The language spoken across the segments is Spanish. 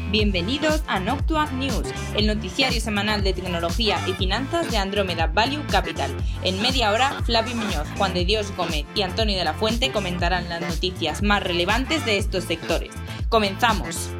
Bienvenidos a Noctua News, el noticiario semanal de tecnología y finanzas de Andromeda Value Capital. En media hora, Flavio Muñoz, Juan de Dios Gómez y Antonio de la Fuente comentarán las noticias más relevantes de estos sectores. ¡Comenzamos!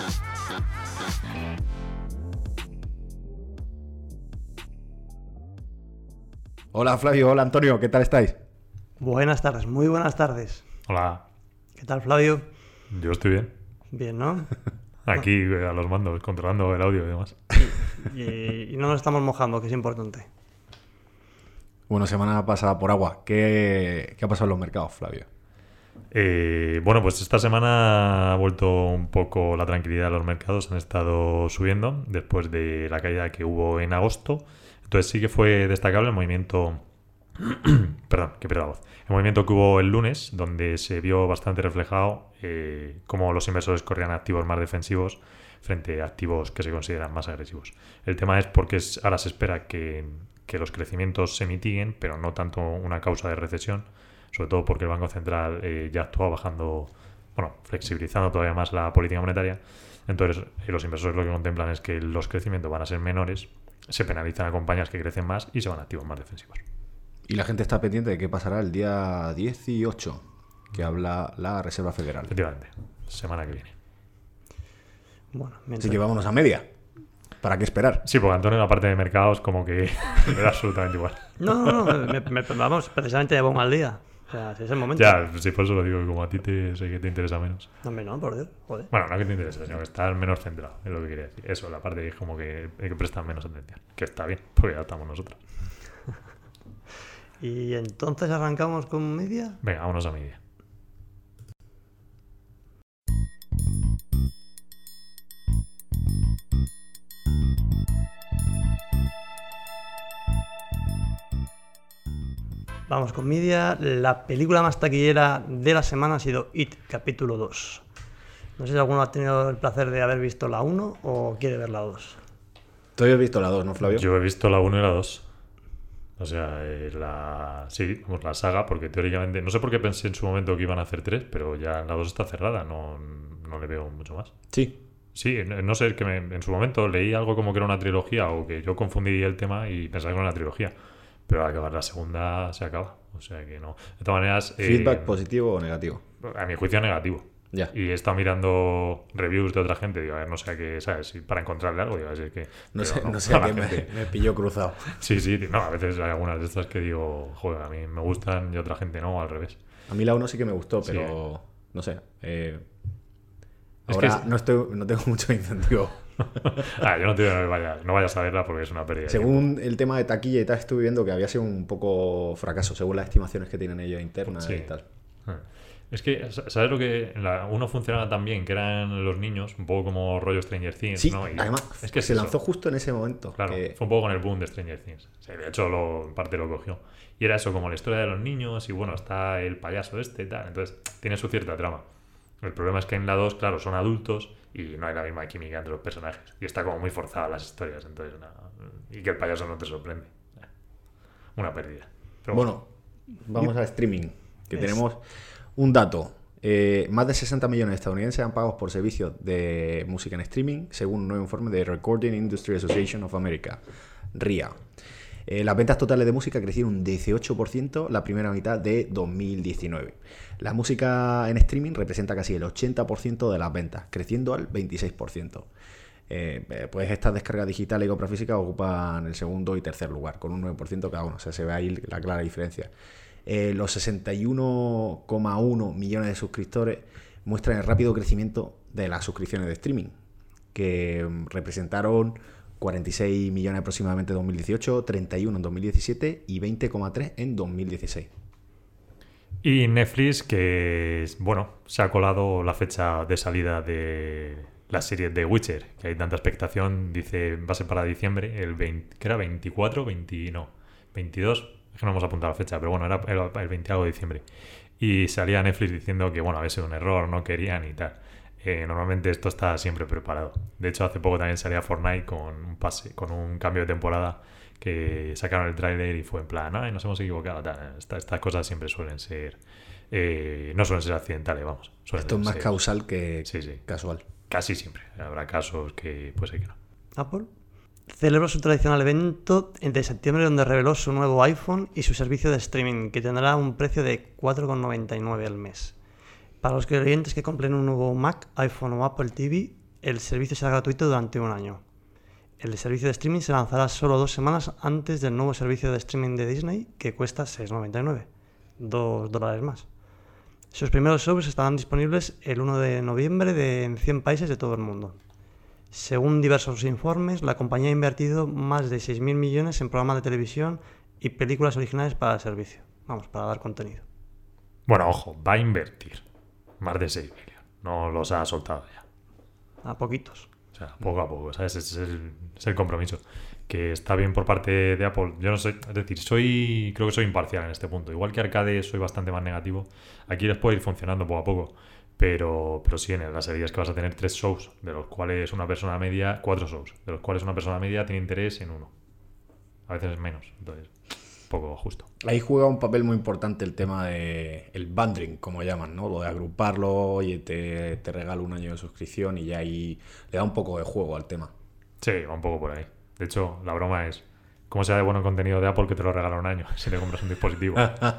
Hola Flavio, hola Antonio, ¿qué tal estáis? Buenas tardes, muy buenas tardes. Hola. ¿Qué tal, Flavio? Yo estoy bien. Bien, ¿no? Aquí a los mandos, controlando el audio y demás. Y no nos estamos mojando, que es importante. Bueno, semana pasada por agua. ¿Qué ha pasado en los mercados, Flavio? Bueno, pues esta semana ha vuelto un poco la tranquilidad a los mercados. Han estado subiendo después de la caída que hubo en agosto. Entonces sí que fue destacable el movimiento... Perdón, que pierdo la voz. El movimiento que hubo el lunes, donde se vio bastante reflejado cómo los inversores corrían activos más defensivos frente a activos que se consideran más agresivos. El tema es porque ahora se espera que los crecimientos se mitiguen, pero no tanto una causa de recesión, sobre todo porque el Banco Central ya actúa flexibilizando todavía más la política monetaria. Entonces los inversores lo que contemplan es que los crecimientos van a ser menores, se penalizan a compañías que crecen más y se van a activos más defensivos. Y la gente está pendiente de qué pasará el día 18, que habla la Reserva Federal. Efectivamente, semana que viene. Bueno, así que vámonos a media. ¿Para qué esperar? Sí, porque Antonio en la parte de mercados como que me da absolutamente igual. No, vamos, precisamente llevo un mal día. O sea, si es el momento. Ya, sí, por eso lo digo, que como a ti sé que te interesa menos. No, por Dios, joder. Bueno, no que te interesa, sino que estás menos centrado, es lo que quería decir. Eso, la parte es como que hay que prestar menos atención. Que está bien, porque ya estamos nosotros. ¿Y entonces arrancamos con media? Venga, vámonos a media. Vamos con media. La película más taquillera de la semana ha sido It, capítulo 2. No sé si alguno ha tenido el placer de haber visto la 1 o quiere ver la 2. Tú has visto la 2, ¿no, Flavio? Yo he visto la 1 y la 2. O sea, la saga, porque teóricamente... No sé por qué pensé en su momento que iban a hacer 3, pero ya la 2 está cerrada, no le veo mucho más. Sí. Sí, no sé, que en su momento leí algo como que era una trilogía o que yo confundí el tema y pensaba que era una trilogía. Pero al acabar la segunda se acaba. O sea que no. De todas maneras... ¿Feedback positivo o negativo? A mi juicio negativo. Ya. Y he estado mirando reviews de otra gente, digo, a ver, no sé a qué, ¿sabes? Y para encontrarle algo, digo, es que... No sé a qué me pilló cruzado. Sí, no, a veces hay algunas de estas que digo, joder, a mí me gustan y otra gente no, o al revés. A mí la 1 sí que me gustó, pero no sé. Ahora no tengo mucho incentivo. Yo no te digo no vayas a verla porque es una pérdida. Según el tema de taquilla y tal, estuve viendo que había sido un poco fracaso, según las estimaciones que tienen ellos internas y tal. Es que, ¿sabes lo que? Uno funcionaba tan bien, que eran los niños, un poco como rollo Stranger Things, sí, ¿no? Y además, es que se lanzó justo en ese momento. Claro, fue un poco con el boom de Stranger Things. O sea, de hecho, en parte lo cogió. Y era eso, como la historia de los niños, y bueno, está el payaso y tal. Entonces, tiene su cierta trama. El problema es que en la 2, claro, son adultos y no hay la misma química entre los personajes. Y está como muy forzada las historias, entonces, y que el payaso no te sorprende. Una pérdida. Pero bueno, vamos a streaming, que tenemos un dato. Más de 60 millones de estadounidenses han pagado por servicios de música en streaming, según un nuevo informe de Recording Industry Association of America, RIA. Las ventas totales de música crecieron un 18% la primera mitad de 2019. La música en streaming representa casi el 80% de las ventas, creciendo al 26%. Pues estas descargas digitales y compras físicas ocupan el segundo y tercer lugar, con un 9% cada uno. O sea, se ve ahí la clara diferencia. Los 61,1 millones de suscriptores muestran el rápido crecimiento de las suscripciones de streaming, que representaron 46 millones aproximadamente en 2018, 31 en 2017 y 20,3 en 2016. Y Netflix, que se ha colado la fecha de salida de la serie de Witcher, que hay tanta expectación, dice va a ser para diciembre, el 20, que era 24, 22, es que no hemos apuntado la fecha, pero bueno, era el 20 de diciembre. Y salía Netflix diciendo que había sido un error, no querían y tal. Normalmente esto está siempre preparado. De hecho, hace poco también salía Fortnite con un cambio de temporada que sacaron el tráiler y fue en plan, ay, nos hemos equivocado. Estas cosas siempre suelen ser... no suelen ser accidentales, vamos. Esto es más causal que sí. casual. casi siempre. Habrá casos que puede ser que no. Apple celebró su tradicional evento de septiembre donde reveló su nuevo iPhone y su servicio de streaming, que tendrá un precio de 4,99 al mes. Para los clientes que compren un nuevo Mac, iPhone o Apple TV, el servicio será gratuito durante un año. El servicio de streaming se lanzará solo 2 semanas antes del nuevo servicio de streaming de Disney, que cuesta $6,99, $2 más. Sus primeros shows estarán disponibles el 1 de noviembre en 100 países de todo el mundo. Según diversos informes, la compañía ha invertido más de 6.000 millones en programas de televisión y películas originales para el servicio. Vamos, para dar contenido. Bueno, ojo, va a invertir más de 6 millones. No los ha soltado ya. A poquitos. O sea, poco a poco, ¿sabes? Es el compromiso. Que está bien por parte de Apple. Yo no sé, es decir, creo que soy imparcial en este punto. Igual que Arcade soy bastante más negativo. Aquí les puede ir funcionando poco a poco. Pero sí, en la serie es que vas a tener 3 shows, de los cuales una persona media, 4 shows, de los cuales una persona media tiene interés en uno. A veces es menos, entonces, poco justo. Ahí juega un papel muy importante el tema de el bundling, como llaman, ¿no? Lo de agruparlo, oye, te regalo un año de suscripción y ya ahí le da un poco de juego al tema. Sí, va un poco por ahí. De hecho, la broma es, ¿cómo sea de bueno el contenido de Apple que te lo regala un año si le compras un dispositivo?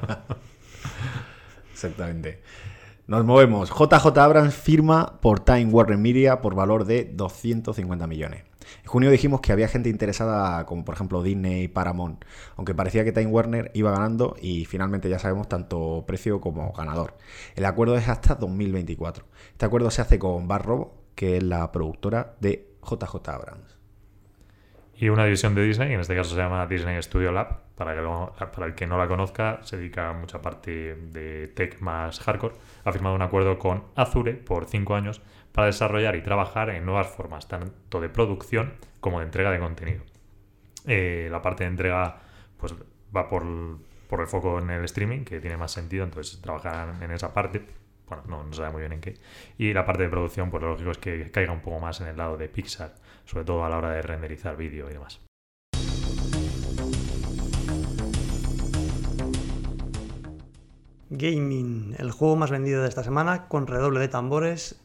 Exactamente. Nos movemos. JJ Abrams firma por Time Warner Media por valor de 250 millones. En junio dijimos que había gente interesada, como por ejemplo Disney y Paramount, aunque parecía que Time Warner iba ganando y finalmente ya sabemos tanto precio como ganador. El acuerdo es hasta 2024. Este acuerdo se hace con Barrobo, que es la productora de JJ Abrams. Y una división de Disney, en este caso se llama Disney Studio Lab, para el que no la conozca, se dedica a mucha parte de tech más hardcore. Ha firmado un acuerdo con Azure por 5 años para desarrollar y trabajar en nuevas formas, tanto de producción como de entrega de contenido. La parte de entrega pues va por el foco en el streaming, que tiene más sentido, entonces trabajarán en esa parte. Bueno, no se sabe muy bien en qué. Y la parte de producción, pues lo lógico es que caiga un poco más en el lado de Pixar, sobre todo a la hora de renderizar vídeo y demás. Gaming, el juego más vendido de esta semana, con redoble de tambores,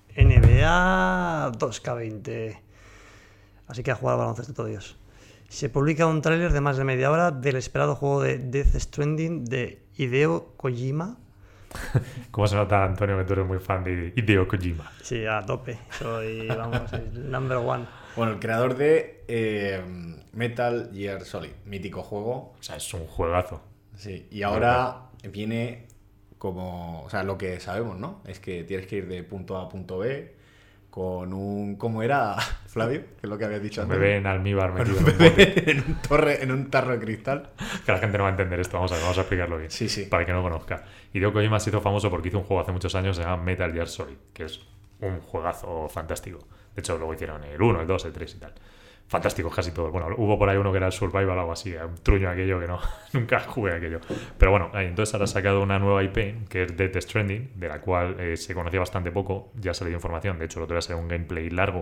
NBA 2K20. Así que a jugar al baloncesto todo Dios. Se publica un tráiler de más de media hora del esperado juego de Death Stranding de Hideo Kojima. ¿Cómo se nota, Antonio, que tú eres muy fan de Hideo Kojima? Sí, a tope. Soy, vamos, el number one. Bueno, el creador de Metal Gear Solid, mítico juego. O sea, es un juegazo. Sí, y ahora viene como... O sea, lo que sabemos, ¿no? Es que tienes que ir de punto A a punto B con un... ¿Cómo era, Flavio? Que es lo que habías dicho antes. Un bebé en almíbar metido Un bebé en un tarro de cristal. Que la gente no va a entender esto, vamos a explicarlo bien. Sí, sí. Para el que no lo conozca. Hideo Kojima se hizo famoso porque hizo un juego hace muchos años que se llama Metal Gear Solid, que es un juegazo fantástico. De hecho, luego hicieron el 1, el 2, el 3 y tal. Fantásticos casi todos. Bueno, hubo por ahí uno que era el Survival o algo así, un truño aquello que no, nunca jugué aquello. Pero bueno, entonces ahora ha sacado una nueva IP, que es Death Stranding, de la cual se conocía bastante poco, ya ha salido información, de hecho el otro día salió un gameplay largo,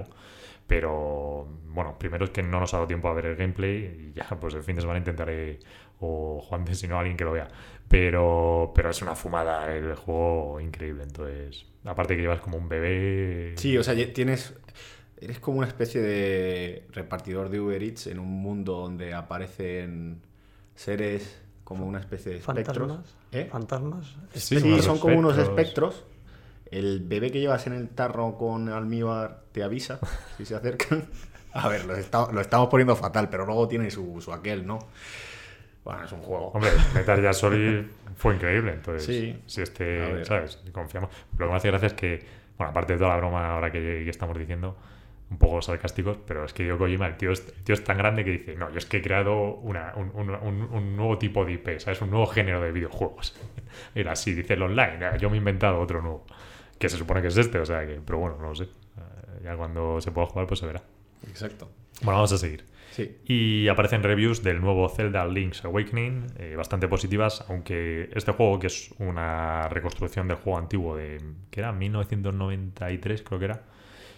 pero bueno, primero es que no nos ha dado tiempo a ver el gameplay y ya pues el fin de semana intentaré, o Juan de si no alguien que lo vea, pero es una fumada el juego increíble, entonces aparte que llevas como un bebé... Sí, o sea, eres como una especie de repartidor de Uber Eats en un mundo donde aparecen seres como una especie de espectros. ¿Fantasmas? Sí, son como unos espectros. El bebé que llevas en el tarro con almíbar te avisa si se acercan. A ver, lo estamos poniendo fatal, pero luego tiene su aquel, ¿no? Bueno, es un juego. Hombre, Metal Gear Solid fue increíble, entonces sí. Si ¿sabes? Confiamos. Lo que me hace gracia es que, bueno, aparte de toda la broma ahora que estamos diciendo, un poco sarcásticos, pero es que Hideo Kojima, el tío es tan grande que dice, no, yo es que he creado un nuevo tipo de IP, ¿sabes? Un nuevo género de videojuegos. Era así, dice el online, yo me he inventado otro nuevo, que se supone que es este, o sea que, pero bueno, no lo sé. Ya cuando se pueda jugar, pues se verá. Exacto. Bueno, vamos a seguir. Sí. Y aparecen reviews del nuevo Zelda Link's Awakening, bastante positivas, aunque este juego, que es una reconstrucción del juego antiguo que era 1993, creo que era,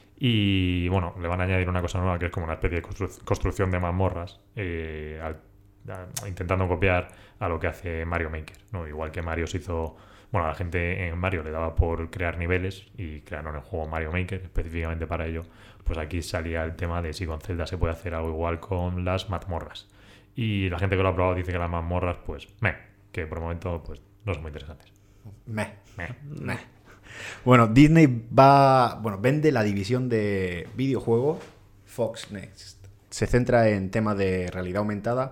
y bueno, le van a añadir una cosa nueva que es como una especie de construcción de mazmorras intentando copiar a lo que hace Mario Maker, ¿no? Igual que Mario se hizo... Bueno, a la gente en Mario le daba por crear niveles y crearon el juego Mario Maker específicamente para ello. Pues aquí salía el tema de si con Zelda se puede hacer algo igual con las mazmorras. Y la gente que lo ha probado dice que las mazmorras, pues, que por el momento pues no son muy interesantes. Meh. Bueno, Disney vende la división de videojuegos Fox Next. Se centra en temas de realidad aumentada.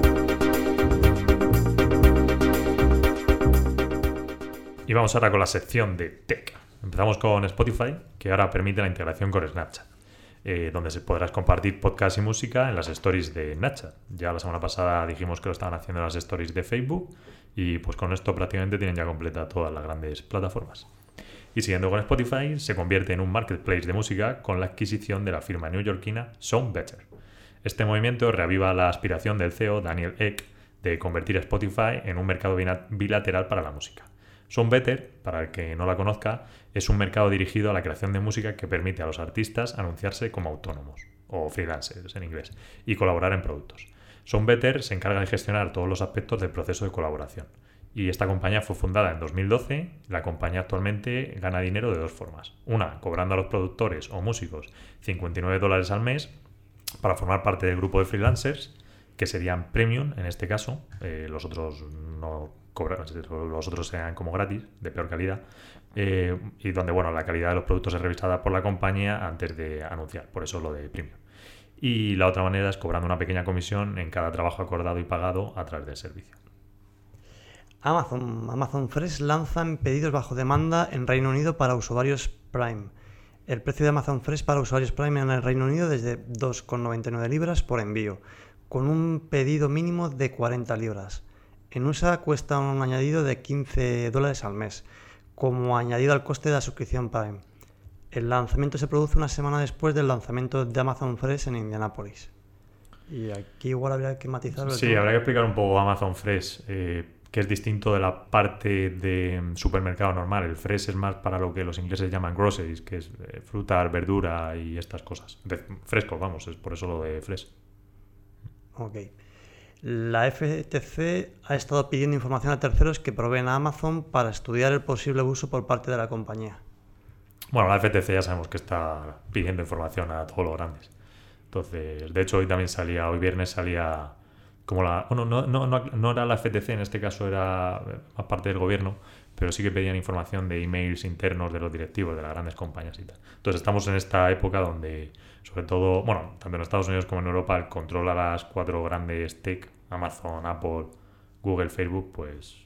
Y vamos ahora con la sección de Tech. Empezamos con Spotify, que ahora permite la integración con Snapchat, donde se podrás compartir podcast y música en las stories de Snapchat. Ya la semana pasada dijimos que lo estaban haciendo en las stories de Facebook y pues con esto prácticamente tienen ya completa todas las grandes plataformas. Y siguiendo con Spotify, se convierte en un marketplace de música con la adquisición de la firma neoyorquina SoundBetter. Este movimiento reaviva la aspiración del CEO Daniel Ek de convertir Spotify en un mercado bilateral para la música. SoundBetter, para el que no la conozca, es un mercado dirigido a la creación de música que permite a los artistas anunciarse como autónomos, o freelancers en inglés, y colaborar en productos. SoundBetter se encarga de gestionar todos los aspectos del proceso de colaboración. Y esta compañía fue fundada en 2012. La compañía actualmente gana dinero de dos formas. Una, cobrando a los productores o músicos $59 al mes para formar parte del grupo de freelancers, que serían premium en este caso. Los otros no cobran, los otros sean como gratis, de peor calidad. Y donde la calidad de los productos es revisada por la compañía antes de anunciar. Por eso lo de premium. Y la otra manera es cobrando una pequeña comisión en cada trabajo acordado y pagado a través del servicio. Amazon Fresh lanza en pedidos bajo demanda en Reino Unido para usuarios Prime. El precio de Amazon Fresh para usuarios Prime en el Reino Unido es de 2,99 libras por envío, con un pedido mínimo de 40 libras. En USA cuesta un añadido de $15 al mes, como añadido al coste de la suscripción Prime. El lanzamiento se produce una semana después del lanzamiento de Amazon Fresh en Indianápolis. Y aquí igual habría que matizarlo. Sí, habría que explicar un poco Amazon Fresh, que es distinto de la parte de supermercado normal. El fresh es más para lo que los ingleses llaman groceries, que es fruta, verdura y estas cosas. Fresco, vamos, es por eso lo de fresh. Ok. La FTC ha estado pidiendo información a terceros que proveen a Amazon para estudiar el posible uso por parte de la compañía. Bueno, la FTC ya sabemos que está pidiendo información a todos los grandes. Entonces, de hecho, hoy viernes salía... no era la FTC, en este caso era más parte del gobierno, pero sí que pedían información de emails internos de los directivos de las grandes compañías y tal. Entonces estamos en esta época donde, sobre todo, tanto en Estados Unidos como en Europa, el control a las cuatro grandes tech, Amazon, Apple, Google, Facebook, pues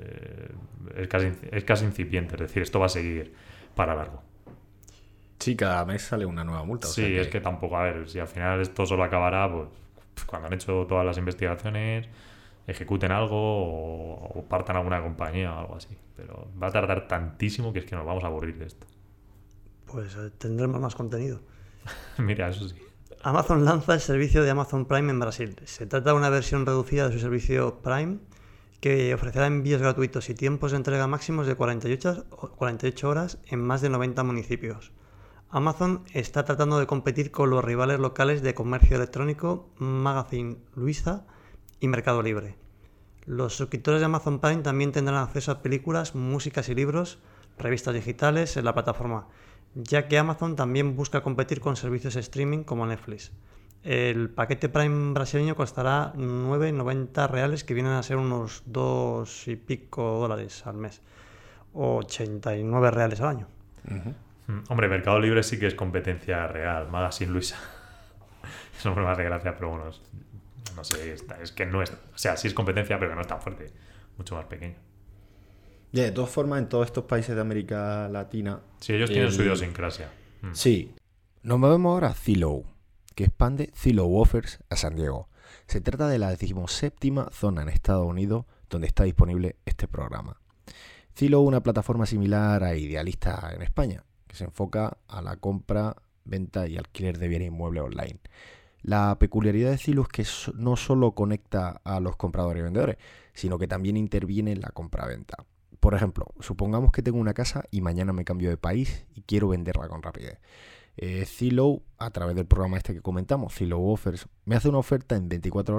es casi incipiente. Es decir, esto va a seguir para largo. Sí, cada mes sale una nueva multa. Sí, es que tampoco, a ver, si al final esto solo acabará, pues cuando han hecho todas las investigaciones, ejecuten algo o partan alguna compañía o algo así. Pero va a tardar tantísimo que es que nos vamos a aburrir de esto. Pues tendremos más contenido. Mira, eso sí. Amazon lanza el servicio de Amazon Prime en Brasil. Se trata de una versión reducida de su servicio Prime que ofrecerá envíos gratuitos y tiempos de entrega máximos de 48 horas en más de 90 municipios. Amazon está tratando de competir con los rivales locales de comercio electrónico Magazine Luiza y Mercado Libre. Los suscriptores de Amazon Prime también tendrán acceso a películas, músicas y libros, revistas digitales en la plataforma, ya que Amazon también busca competir con servicios de streaming como Netflix. El paquete Prime brasileño costará $9.90, que vienen a ser unos $2 y pico al mes, o $89 al año. Uh-huh. Hombre, Mercado Libre sí que es competencia real. Magazine Luiza. Eso no me hace gracia, pero bueno, no sé, es que no es... O sea, sí es competencia, pero que no es tan fuerte. Mucho más pequeño. De todas formas, en todos estos países de América Latina... Sí, ellos tienen su idiosincrasia. Sí. Nos movemos ahora a Zillow, que expande Zillow Offers a San Diego. Se trata de la 17ª zona en Estados Unidos donde está disponible este programa. Zillow es una plataforma similar a Idealista en España, que se enfoca a la compra, venta y alquiler de bienes inmuebles online. La peculiaridad de Zillow es que no solo conecta a los compradores y vendedores, sino que también interviene en la compra-venta. Por ejemplo, supongamos que tengo una casa y mañana me cambio de país y quiero venderla con rapidez. Zillow, a través del programa este que comentamos, Zillow Offers, me hace una oferta en 24 horas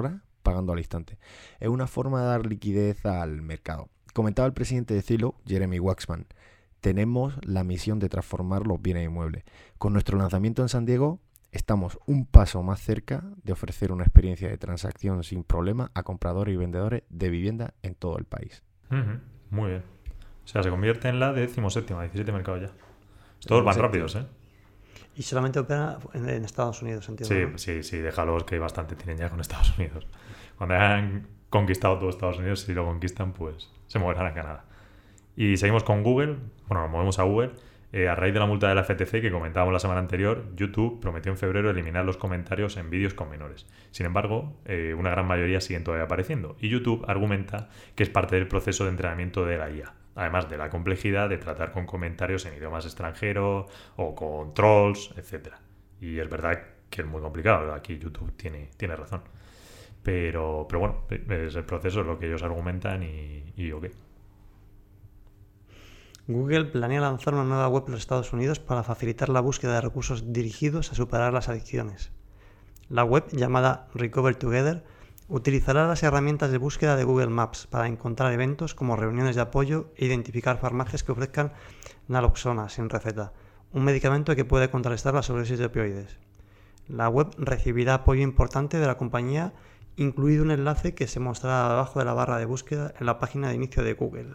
pagando al instante. Es una forma de dar liquidez al mercado. Comentaba el presidente de Zillow, Jeremy Waxman: tenemos la misión de transformar los bienes inmuebles. Con nuestro lanzamiento en San Diego, estamos un paso más cerca de ofrecer una experiencia de transacción sin problema a compradores y vendedores de vivienda en todo el país. Muy bien. O sea, se convierte en la 17ª, 17 mercados ya. Todos van rápidos, ¿eh? Y solamente opera en Estados Unidos, entiendo. Sí, déjalos, que bastante tienen ya con Estados Unidos. Cuando hayan conquistado todo Estados Unidos, si lo conquistan, pues se moverán a Canadá. Y seguimos con Google. Bueno, nos movemos a Google. A raíz de la multa de la FTC que comentábamos la semana anterior, YouTube prometió en febrero eliminar los comentarios en vídeos con menores. Sin embargo, una gran mayoría siguen todavía apareciendo. Y YouTube argumenta que es parte del proceso de entrenamiento de la IA. Además de la complejidad de tratar con comentarios en idiomas extranjeros o con trolls, etc. Y es verdad que es muy complicado. Aquí YouTube tiene razón. Pero bueno, es el proceso, es lo que ellos argumentan y ok. Google planea lanzar una nueva web en los Estados Unidos para facilitar la búsqueda de recursos dirigidos a superar las adicciones. La web, llamada Recover Together, utilizará las herramientas de búsqueda de Google Maps para encontrar eventos como reuniones de apoyo e identificar farmacias que ofrezcan naloxona sin receta, un medicamento que puede contrarrestar la sobredosis de opioides. La web recibirá apoyo importante de la compañía, incluido un enlace que se mostrará abajo de la barra de búsqueda en la página de inicio de Google.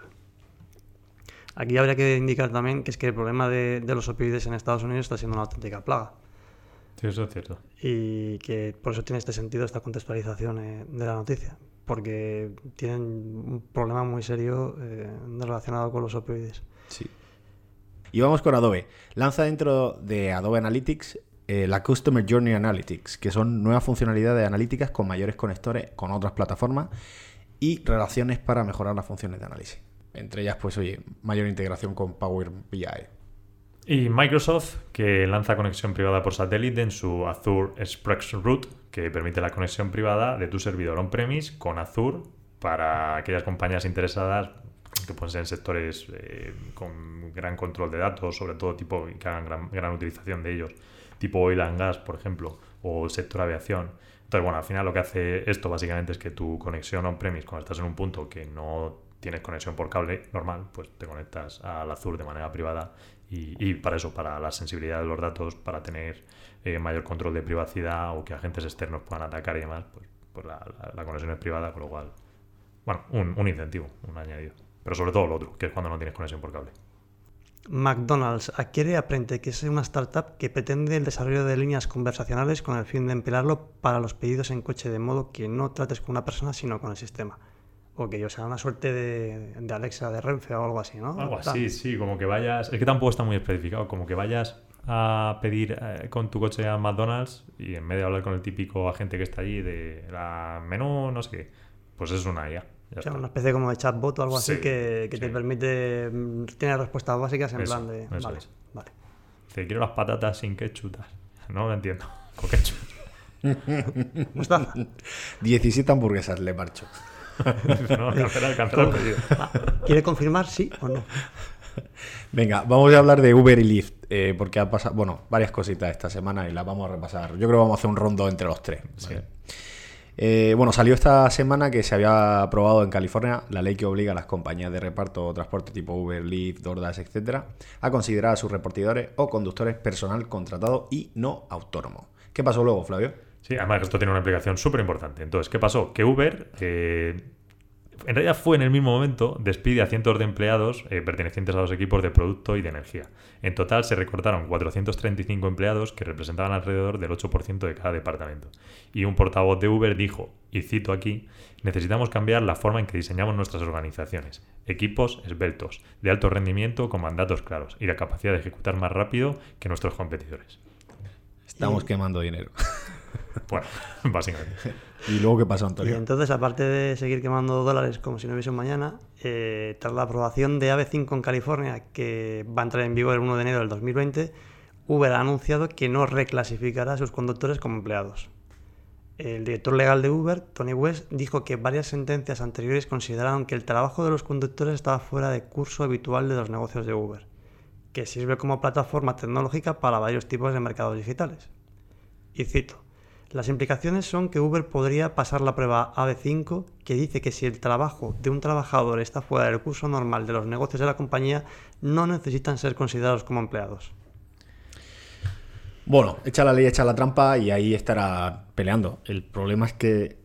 Aquí habría que indicar también que es que el problema de los opioides en Estados Unidos está siendo una auténtica plaga. Sí, eso es cierto. Y que por eso tiene este sentido esta contextualización de la noticia, porque tienen un problema muy serio relacionado con los opioides. Sí. Y vamos con Adobe. Lanza dentro de Adobe Analytics la Customer Journey Analytics, que son nuevas funcionalidades analíticas con mayores conectores con otras plataformas y relaciones para mejorar las funciones de análisis. Entre ellas, pues oye, mayor integración con Power BI. Y Microsoft, que lanza conexión privada por satélite en su Azure Express Route, que permite la conexión privada de tu servidor on-premise con Azure para aquellas compañías interesadas que pueden ser en sectores con gran control de datos, sobre todo tipo que hagan gran utilización de ellos, tipo oil and gas, por ejemplo, o el sector aviación. Entonces, bueno, al final lo que hace esto básicamente es que tu conexión on-premise, cuando estás en un punto que no tienes conexión por cable normal, pues te conectas al Azure de manera privada y para eso, para la sensibilidad de los datos, para tener mayor control de privacidad o que agentes externos puedan atacar y demás, pues la conexión es privada, con lo cual, bueno, un incentivo, un añadido. Pero sobre todo lo otro, que es cuando no tienes conexión por cable. McDonald's adquiere Aprente, que es una startup que pretende el desarrollo de líneas conversacionales con el fin de emplearlo para los pedidos en coche, de modo que no trates con una persona sino con el sistema. O sea, una suerte de Alexa de Renfe o algo así, ¿no? Algo así, sí, como que vayas... Es que tampoco está muy especificado, como que vayas a pedir con tu coche a McDonald's y en vez de hablar con el típico agente que está allí de la menú, no sé qué, pues es una IA. O sea, una especie como de chatbot o algo así que te permite... Tiene respuestas básicas en plan de... Vale. Dice, quiero las patatas sin ketchup. No lo entiendo. Con ketchup. Mustafa. 17 hamburguesas le marcho. No, cancela el pedido. ¿Quiere confirmar sí o no? Venga, vamos a hablar de Uber y Lyft, porque han pasado, varias cositas esta semana y las vamos a repasar. Yo creo que vamos a hacer un rondo entre los tres, ¿vale? Sí. Salió esta semana que se había aprobado en California la ley que obliga a las compañías de reparto o transporte tipo Uber, Lyft, DoorDash, etcétera, a considerar a sus repartidores o conductores personal contratado y no autónomo. ¿Qué pasó luego, Flavio? Sí, además esto tiene una implicación súper importante. Entonces, ¿qué pasó? Que Uber, en realidad fue en el mismo momento, despide a cientos de empleados pertenecientes a los equipos de producto y de energía. En total se recortaron 435 empleados que representaban alrededor del 8% de cada departamento. Y un portavoz de Uber dijo, y cito aquí, necesitamos cambiar la forma en que diseñamos nuestras organizaciones. Equipos esbeltos, de alto rendimiento con mandatos claros y la capacidad de ejecutar más rápido que nuestros competidores. Estamos quemando dinero. Bueno, básicamente. ¿Y luego qué pasó, Antonio? Y entonces, aparte de seguir quemando dólares como si no hubiese un mañana, tras la aprobación de AB5 en California, que va a entrar en vigor el 1 de enero del 2020, Uber ha anunciado que no reclasificará a sus conductores como empleados. El director legal de Uber, Tony West, dijo que varias sentencias anteriores consideraron que el trabajo de los conductores estaba fuera de curso habitual de los negocios de Uber, que sirve como plataforma tecnológica para varios tipos de mercados digitales. Y cito, Las implicaciones son que Uber podría pasar la prueba AB5, que dice que si el trabajo de un trabajador está fuera del curso normal de los negocios de la compañía, no necesitan ser considerados como empleados. Bueno, echa la ley, echa la trampa y ahí estará peleando. El problema es que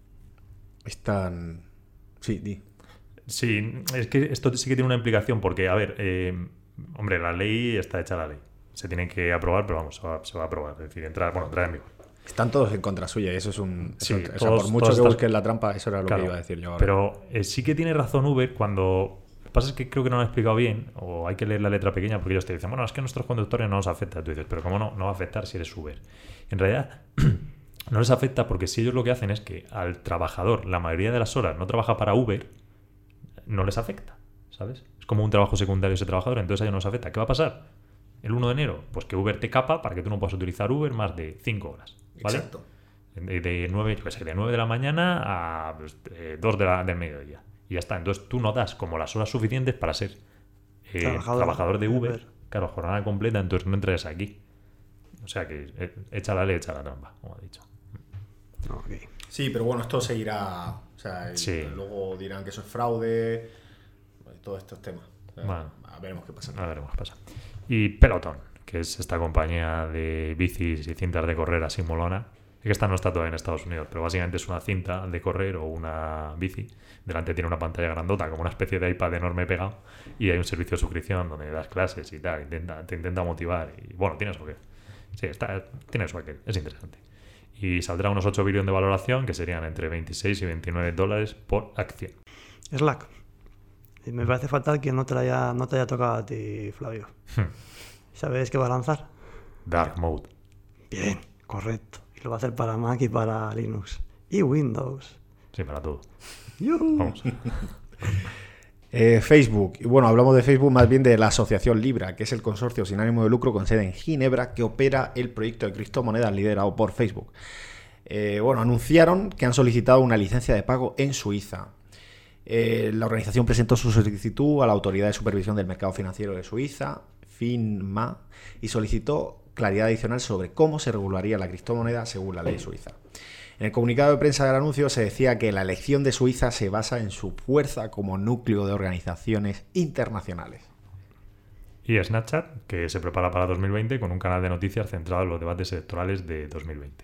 están... Sí, di. Sí, es que esto sí que tiene una implicación porque, a ver, hombre, la ley está hecha la ley. Se tiene que aprobar, pero vamos, se va a aprobar. Es decir, entrar en vigor. Están todos en contra suya y eso es un... Sí, o sea, por mucho que busquen la trampa, eso era lo claro, que iba a decir yo ahora. Pero sí que tiene razón Uber cuando... Lo que pasa es que creo que no lo han explicado bien, o hay que leer la letra pequeña, porque ellos te dicen, bueno, es que a nuestros conductores no nos afecta. Tú dices, pero ¿cómo no va a afectar si eres Uber? En realidad, no les afecta porque si ellos lo que hacen es que al trabajador, la mayoría de las horas no trabaja para Uber, no les afecta, ¿sabes? Es como un trabajo secundario ese trabajador, entonces a ellos no les afecta. ¿Qué va a pasar? El 1 de enero, pues que Uber te capa para que tú no puedas utilizar Uber más de 5 horas, ¿vale? Exacto. De 9 de la mañana a 2 del mediodía. Y ya está. Entonces tú no das como las horas suficientes para ser trabajador de Uber. Claro, jornada completa, entonces no entres aquí. O sea que echa la ley, echa la trampa, como ha dicho. Okay. Sí, pero bueno, esto seguirá. O sea, Sí. luego dirán que eso es fraude. Todos estos temas. O sea, Bueno. veremos qué pasa. A ver qué pasa. Y Peloton, que es esta compañía de bicis y cintas de correr así molona. Es que esta no está todavía en Estados Unidos, pero básicamente es una cinta de correr o una bici. Delante tiene una pantalla grandota, como una especie de iPad enorme pegado. Y hay un servicio de suscripción donde das clases y tal. Te intenta motivar. Y bueno, tiene eso que... Sí, tiene eso que es interesante. Y saldrá unos 8 billones de valoración, que serían entre 26 y 29 dólares por acción. Slack. Me parece fatal que no te haya tocado a ti, Flavio. ¿Sabes qué va a lanzar? Dark Mode. Bien, correcto. Y lo va a hacer para Mac y para Linux. Y Windows. Sí, para todo. ¡Yuhu! Vamos. Facebook. Y bueno, hablamos de Facebook más bien de la asociación Libra, que es el consorcio sin ánimo de lucro con sede en Ginebra que opera el proyecto de criptomonedas liderado por Facebook. Bueno, anunciaron que han solicitado una licencia de pago en Suiza. La organización presentó su solicitud a la Autoridad de Supervisión del Mercado Financiero de Suiza, FINMA, y solicitó claridad adicional sobre cómo se regularía la criptomoneda según la ley suiza. En el comunicado de prensa del anuncio se decía que la elección de Suiza se basa en su fuerza como núcleo de organizaciones internacionales. Y Snapchat, que se prepara para 2020 con un canal de noticias centrado en los debates electorales de 2020.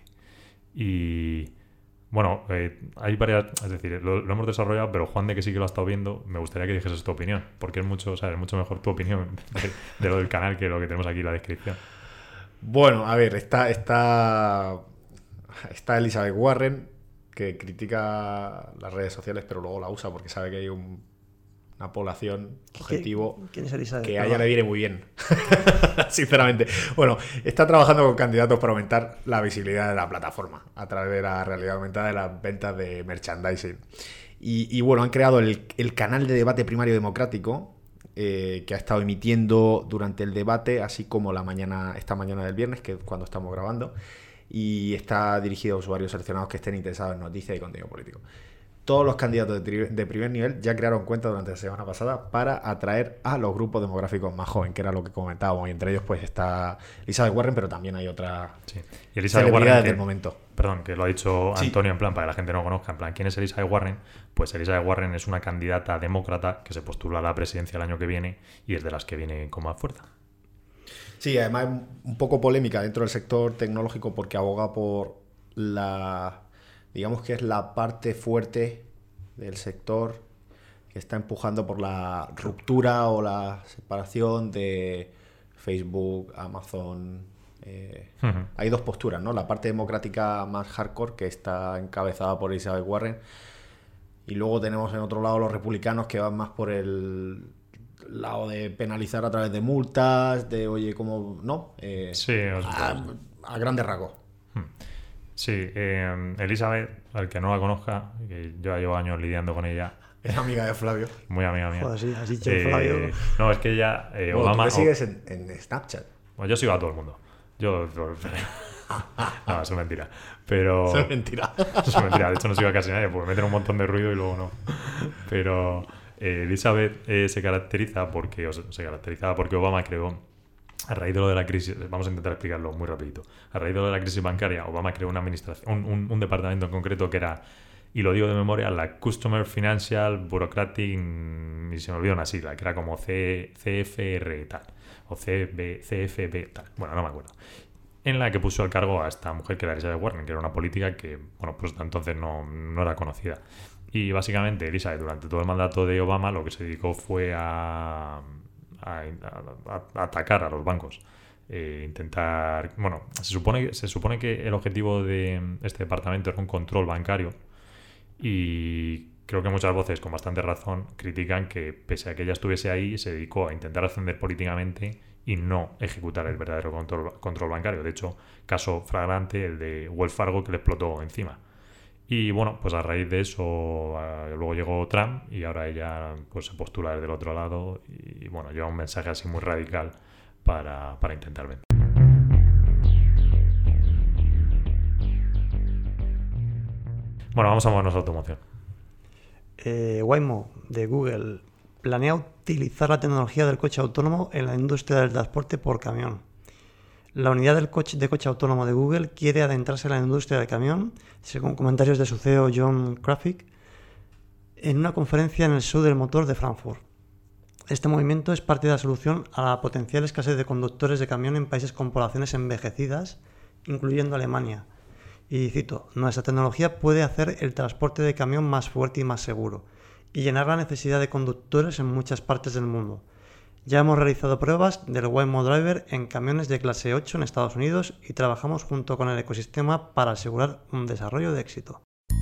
Y bueno, hay varias, es decir, lo hemos desarrollado, pero Juan, de que sí que lo ha estado viendo, me gustaría que dijeses tu opinión, porque es mucho mejor tu opinión de lo del canal que lo que tenemos aquí en la descripción. Bueno, a ver, está Elizabeth Warren, que critica las redes sociales, pero luego la usa porque sabe que hay una población objetivo ¿Quién es Elizabeth? que a ella le viene muy bien, sinceramente. Bueno, está trabajando con candidatos para aumentar la visibilidad de la plataforma a través de la realidad aumentada de las ventas de merchandising. Y bueno, han creado el canal de debate primario democrático, que ha estado emitiendo durante el debate, así como esta mañana del viernes, que es cuando estamos grabando, y está dirigido a usuarios seleccionados que estén interesados en noticias y contenido político. Todos los candidatos de primer nivel ya crearon cuenta durante la semana pasada para atraer a los grupos demográficos más jóvenes, que era lo que comentábamos, y entre ellos pues está Elizabeth Warren, pero también hay otras celebridades del momento. Perdón, que lo ha dicho Antonio, en plan, para que la gente no lo conozca, en plan, ¿quién es Elizabeth Warren? Pues Elizabeth Warren es una candidata demócrata que se postula a la presidencia el año que viene y es de las que viene con más fuerza. Sí, además es un poco polémica dentro del sector tecnológico porque aboga por digamos que es la parte fuerte del sector que está empujando por la ruptura o la separación de Facebook, Amazon. Hay dos posturas, ¿no? La parte democrática más hardcore, que está encabezada por Elizabeth Warren, y luego tenemos en otro lado los republicanos que van más por el lado de penalizar a través de multas, de oye, ¿cómo no? Sí, a grandes rasgos. Sí, Elizabeth, al que no la conozca, que yo llevo años lidiando con ella. Es amiga de Flavio. Muy amiga mía. Joder, sí, has dicho Flavio. No, es que ella... Bueno, Obama... ¿tú le sigues en Snapchat? Bueno, yo sigo a todo el mundo. No, eso es mentira. Pero... Eso es mentira. Eso es mentira. De hecho, no sigo a casi nadie porque meten un montón de ruido y luego no. Pero Elizabeth se caracterizaba porque Obama creó a raíz de lo de la crisis, vamos a intentar explicarlo muy rapidito. A raíz de lo de la crisis bancaria, Obama creó una administración, un departamento en concreto que era, y lo digo de memoria, la Customer Financial Bureaucratic, y se me olvidó una sigla, que era como CFR tal, o CFB tal, bueno, no me acuerdo. En la que puso al cargo a esta mujer que era Elizabeth Warren, que era una política que, bueno, pues hasta entonces no era conocida. Y básicamente Elizabeth, durante todo el mandato de Obama, lo que se dedicó fue a atacar a los bancos. Intentar... Bueno, se supone que el objetivo de este departamento era un control bancario, y creo que muchas voces, con bastante razón, critican que pese a que ella estuviese ahí, se dedicó a intentar ascender políticamente y no ejecutar el verdadero control bancario. De hecho, caso flagrante el de Wells Fargo, que le explotó encima. Y bueno, pues a raíz de eso luego llegó Trump, y ahora ella pues se postula desde el otro lado y bueno, lleva un mensaje así muy radical para intentar vender. Bueno, vamos a movernos a automoción. Waymo, de Google, planea utilizar la tecnología del coche autónomo en la industria del transporte por camión. La unidad de coche autónomo de Google quiere adentrarse en la industria del camión, según comentarios de su CEO John Krafcik, en una conferencia en el Show del Motor de Frankfurt. Este movimiento es parte de la solución a la potencial escasez de conductores de camión en países con poblaciones envejecidas, incluyendo Alemania. Y cito, nuestra tecnología puede hacer el transporte de camión más fuerte y más seguro, y llenar la necesidad de conductores en muchas partes del mundo. Ya hemos realizado pruebas del Waymo Driver en camiones de clase 8 en Estados Unidos y trabajamos junto con el ecosistema para asegurar un desarrollo de éxito.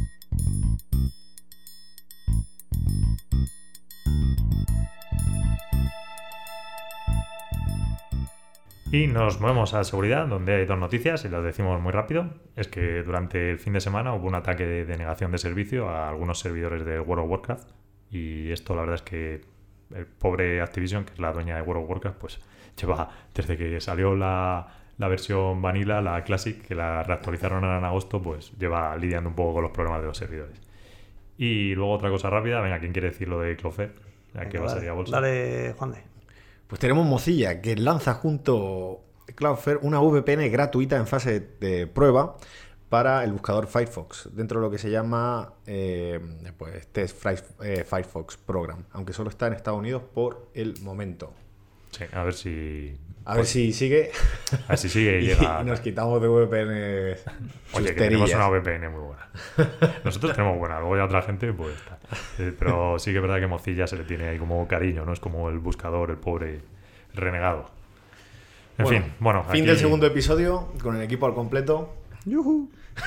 Y nos movemos a seguridad, donde hay dos noticias y las decimos muy rápido. Es que durante el fin de semana hubo un ataque de negación de servicio a algunos servidores de World of Warcraft, y esto la verdad es que el pobre Activision, que es la dueña de World of Warcraft, pues lleva, desde que salió la versión Vanilla, la Classic, que la reactualizaron en agosto, pues lleva lidiando un poco con los problemas de los servidores. Y luego otra cosa rápida, venga, ¿quién quiere decir lo de Cloudflare? Ya que va a salir a bolsa. Dale, Juan de. Pues tenemos Mozilla, que lanza junto a Cloudflare una VPN gratuita en fase de prueba para el buscador Firefox, dentro de lo que se llama pues, Test Firefox Program, aunque solo está en Estados Unidos por el momento. Sí, a ver si... A ver si sigue. A ver si sigue y llega... Y nos quitamos de VPN. Oye, que tenemos una VPN muy buena. Nosotros tenemos buena, luego ya otra gente, pues está. Pero sí que es verdad que Mozilla se le tiene ahí como cariño, ¿no? Es como el buscador, el pobre renegado. En fin, bueno. Fin del segundo episodio, con el equipo al completo. ¡Yujú!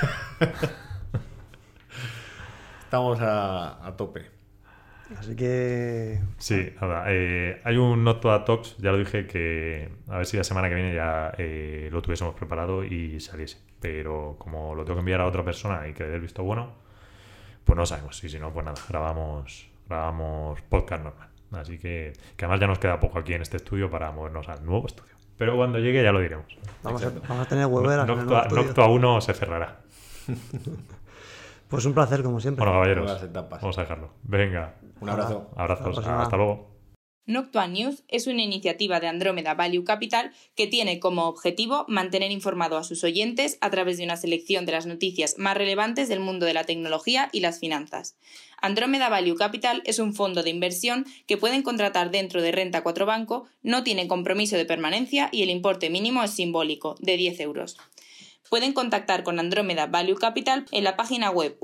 Estamos a tope. Así que... Sí, nada. Hay un Not to Talks, ya lo dije, que a ver si la semana que viene ya lo tuviésemos preparado y saliese. Pero como lo tengo que enviar a otra persona y que le dé el visto bueno, pues no sabemos. Y si no, pues nada, grabamos podcast normal. Así que además ya nos queda poco aquí en este estudio para movernos al nuevo estudio. Pero cuando llegue ya lo diremos. Vamos a tener hueveras. Nocto a 1 se cerrará. Pues un placer, como siempre. Bueno, caballeros, vamos a dejarlo. Venga. Un abrazo. Abrazos. Hasta luego. Noctua News es una iniciativa de Andromeda Value Capital que tiene como objetivo mantener informado a sus oyentes a través de una selección de las noticias más relevantes del mundo de la tecnología y las finanzas. Andromeda Value Capital es un fondo de inversión que pueden contratar dentro de Renta 4 Banco, no tiene compromiso de permanencia y el importe mínimo es simbólico, de 10 euros. Pueden contactar con Andromeda Value Capital en la página web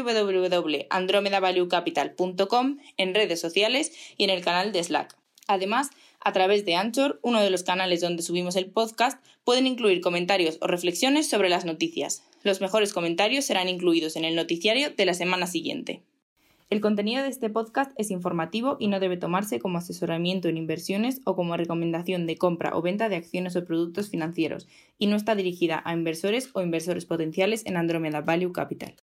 www.andromedavaluecapital.com, en redes sociales y en el canal de Slack. Además, a través de Anchor, uno de los canales donde subimos el podcast, pueden incluir comentarios o reflexiones sobre las noticias. Los mejores comentarios serán incluidos en el noticiario de la semana siguiente. El contenido de este podcast es informativo y no debe tomarse como asesoramiento en inversiones o como recomendación de compra o venta de acciones o productos financieros y no está dirigida a inversores o inversores potenciales en Andromeda Value Capital.